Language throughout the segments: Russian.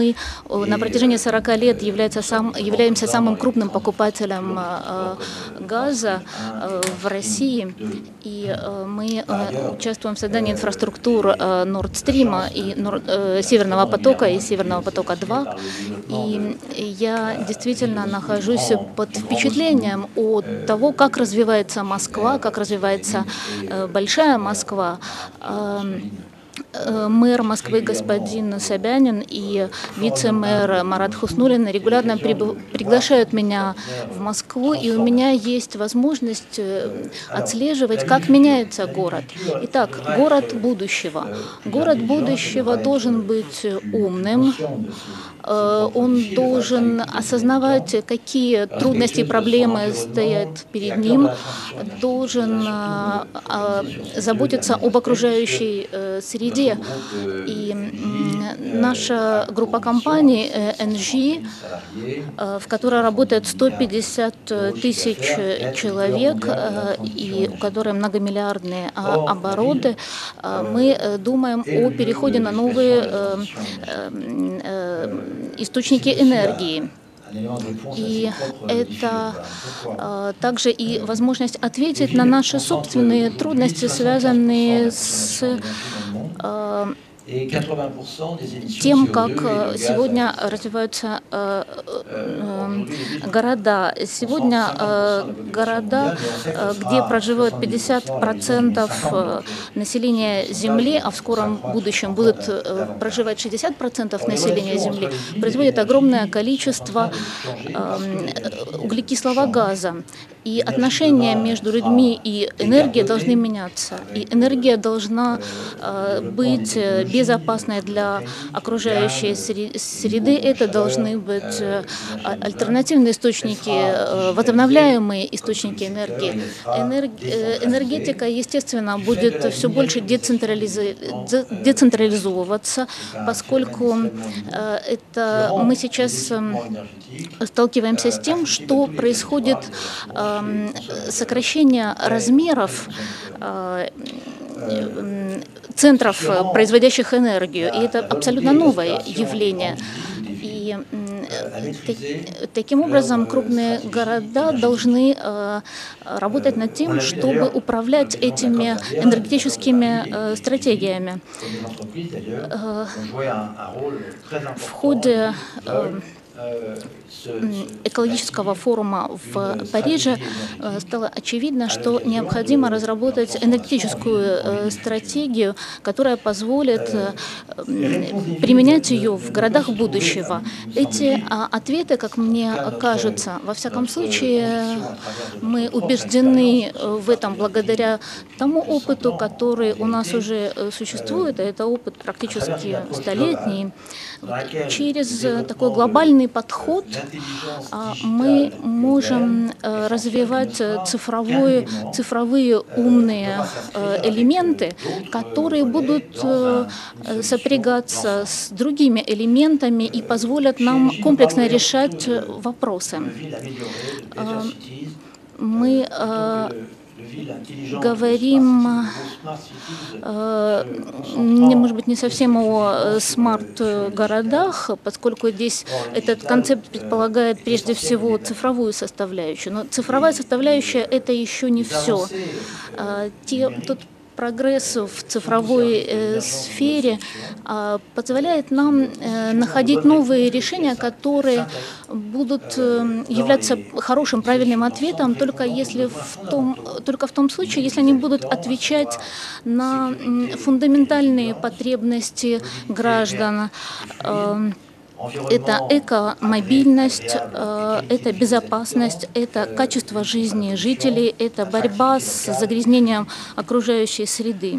Мы на протяжении 40 лет являемся самым крупным покупателем газа в России, и мы участвуем в создании инфраструктур Nord Stream и Северного потока и Северного потока-2. И я действительно нахожусь под впечатлением от того, как развивается Москва, как развивается большая Москва. Мэр Москвы господин Собянин и вице-мэр Марат Хуснуллин регулярно приглашают меня в Москву, и у меня есть возможность отслеживать, как меняется город. Итак, город будущего. Город будущего должен быть умным, он должен осознавать, какие трудности и проблемы стоят перед ним, должен заботиться об окружающей среде. И наша группа компаний NG, в которой работает 150 тысяч человек и у которой многомиллиардные обороты, мы думаем о переходе на новые источники энергии. И это также и возможность ответить на наши собственные трудности, связанные с тем, как сегодня развиваются города. Сегодня города, где проживают 50% населения Земли, а в скором будущем будут проживать 60% населения Земли, производят огромное количество углекислого газа. И отношения между людьми и энергией должны меняться. И энергия должна быть безопасной для окружающей среды. Это должны быть альтернативные источники, возобновляемые источники энергии. Энергетика, естественно, будет все больше децентрализовываться, поскольку мы сейчас сталкиваемся с тем, что происходит сокращение размеров центров, производящих энергию. И это абсолютно новое явление. И таким образом крупные города должны работать над тем, чтобы управлять этими энергетическими стратегиями. В ходе экологического форума в Париже стало очевидно, что необходимо разработать энергетическую стратегию, которая позволит применять ее в городах будущего. Эти ответы, как мне кажется, во всяком случае, мы убеждены в этом благодаря тому опыту, который у нас уже существует, а это опыт практически столетний. Через такой глобальный подход мы можем развивать цифровые умные элементы, которые будут сопрягаться с другими элементами и позволят нам комплексно решать вопросы. Мы говорим, может быть, не совсем о смарт-городах, поскольку здесь этот концепт предполагает прежде всего цифровую составляющую. Но цифровая составляющая – это еще не все. Тот прогресс в цифровой сфере позволяет нам находить новые решения, которые будут являться хорошим, правильным ответом только в том случае, если они будут отвечать на фундаментальные потребности граждан. Это экомобильность, это безопасность, это качество жизни жителей, это борьба с загрязнением окружающей среды.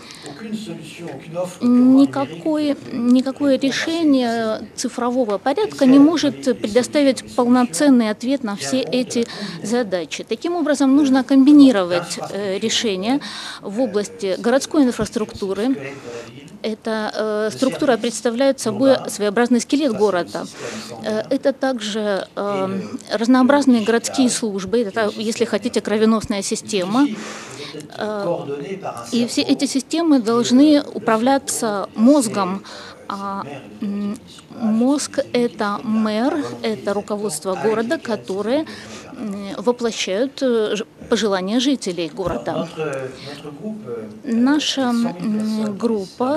Никакое решение цифрового порядка не может предоставить полноценный ответ на все эти задачи. Таким образом, нужно комбинировать решения в области городской инфраструктуры. Эта структура представляет собой своеобразный скелет города. Это также разнообразные городские службы, это, если хотите, кровеносная система. И все эти системы должны управляться мозгом, А мозг – это мэр, это руководство города, которые воплощают пожелания жителей города. Наша группа,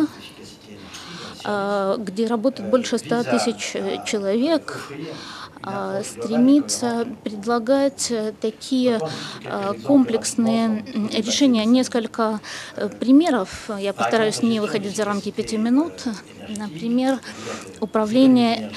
где работает больше 100 тысяч человек, стремится предлагать такие комплексные решения. Несколько примеров, я постараюсь не выходить за рамки 5 минут. Например, управление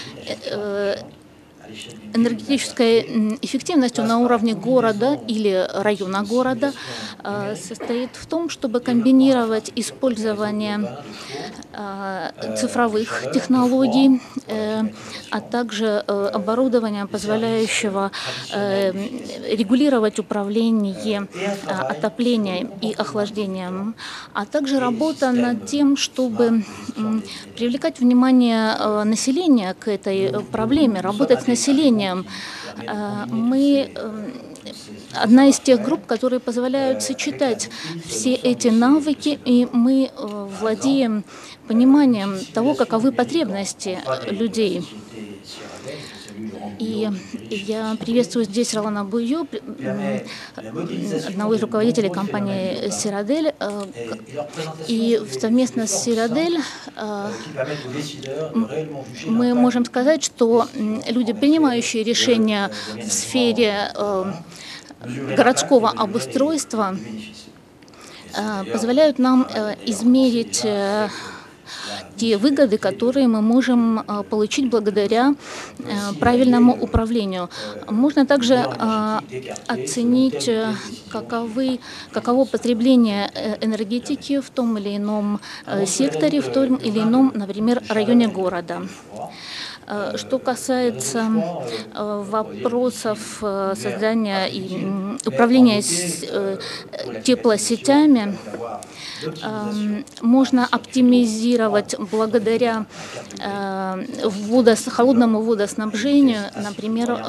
энергетической эффективностью на уровне города или района города состоит в том, чтобы комбинировать использование цифровых технологий, а также оборудования, позволяющего регулировать управление отоплением и охлаждением, а также работа над тем, чтобы привлекать внимание населения к этой проблеме, работать с населением. Мы одна из тех групп, которые позволяют сочетать все эти навыки, и мы владеем пониманием того, каковы потребности людей. И я приветствую здесь Ролана Буйо, одного из руководителей компании «Сирадель». И совместно с «Сирадель» мы можем сказать, что люди, принимающие решения в сфере городского обустройства, позволяют нам измерить те выгоды, которые мы можем получить благодаря правильному управлению. Можно также оценить, каково потребление энергетики в том или ином секторе, в том или ином, например, районе города. Что касается вопросов создания и управления теплосетями, можно оптимизировать благодаря холодному водоснабжению, например,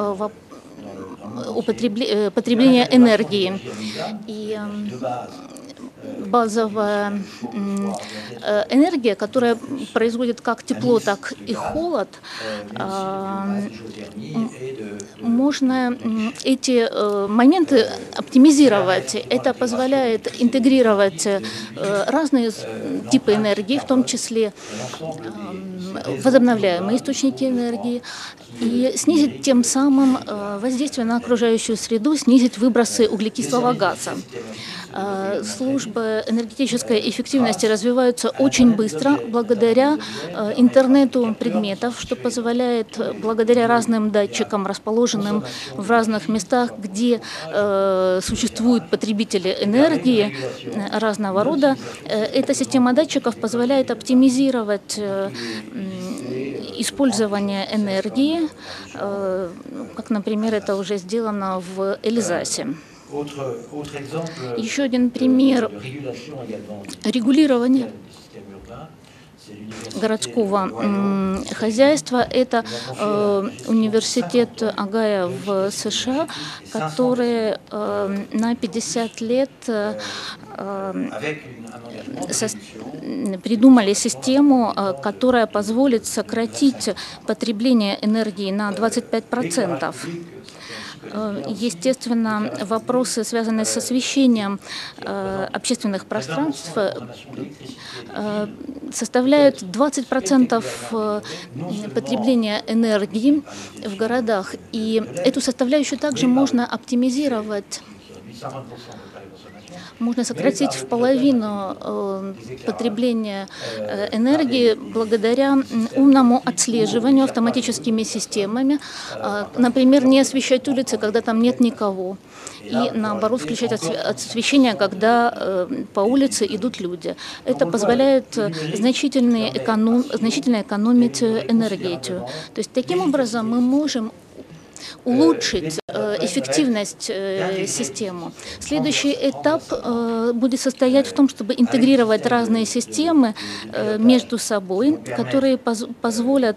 потребление энергии. И базовая энергия, которая производит как тепло, так и холод, можно эти моменты оптимизировать. Это позволяет интегрировать разные типы энергии, в том числе возобновляемые источники энергии, и снизить тем самым воздействие на окружающую среду, снизить выбросы углекислого газа. Службы энергетической эффективности развиваются очень быстро благодаря интернету предметов, что позволяет, благодаря разным датчикам, расположенным в разных местах, где существуют потребители энергии разного рода, эта система датчиков позволяет оптимизировать использование энергии, как, например, это уже сделано в Эльзасе. Еще один пример регулирования городского хозяйства – это университет Огайо в США, который на 50 лет придумали систему, которая позволит сократить потребление энергии на 25%. Естественно, вопросы, связанные с освещением общественных пространств, составляют 20% потребления энергии в городах. И эту составляющую также можно оптимизировать. Можно сократить в половину потребление энергии благодаря умному отслеживанию автоматическими системами. Например, не освещать улицы, когда там нет никого. И, наоборот, включать освещение, когда по улице идут люди. Это позволяет значительно экономить энергетию. То есть, таким образом, мы можем улучшить эффективность системы. Следующий этап будет состоять в том, чтобы интегрировать разные системы между собой, которые позволят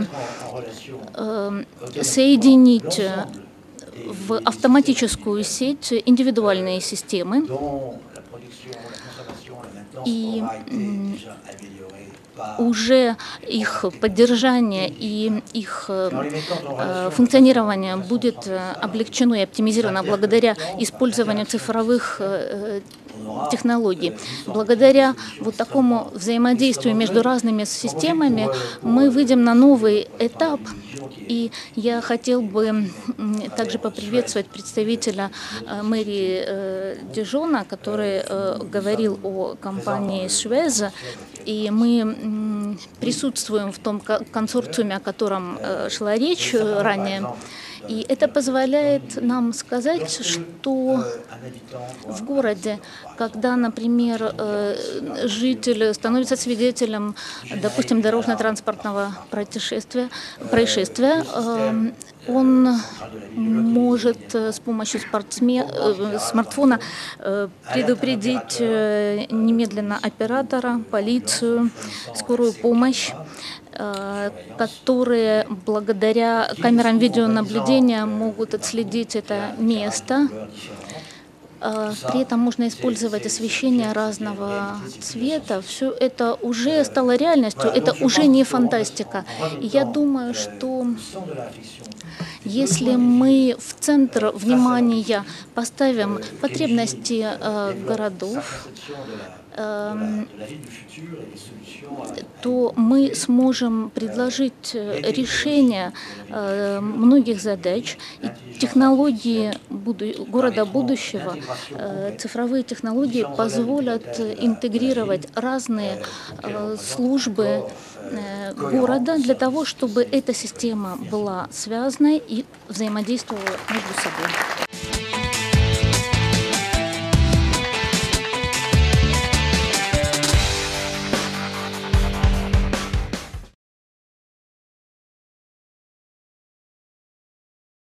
соединить в автоматическую сеть индивидуальные системы и уже их поддержание и их функционирование будет облегчено и оптимизировано благодаря использованию цифровых технологий. Благодаря вот такому взаимодействию между разными системами мы выйдем на новый этап. И я хотел бы также поприветствовать представителя мэрии Дижона, который говорил о компании Suez. И мы присутствуем в том консорциуме, о котором шла речь ранее. И это позволяет нам сказать, что в городе, когда, например, житель становится свидетелем, допустим, дорожно-транспортного происшествия, он может с помощью смартфона предупредить немедленно оператора, полицию, скорую помощь, которые благодаря камерам видеонаблюдения могут отследить это место. При этом можно использовать освещение разного цвета. Все это уже стало реальностью, это уже не фантастика. И я думаю, что если мы в центр внимания поставим потребности городов, то мы сможем предложить решение многих задач. И технологии города будущего, цифровые технологии позволят интегрировать разные службы города для того, чтобы эта система была связанной и взаимодействовала между собой.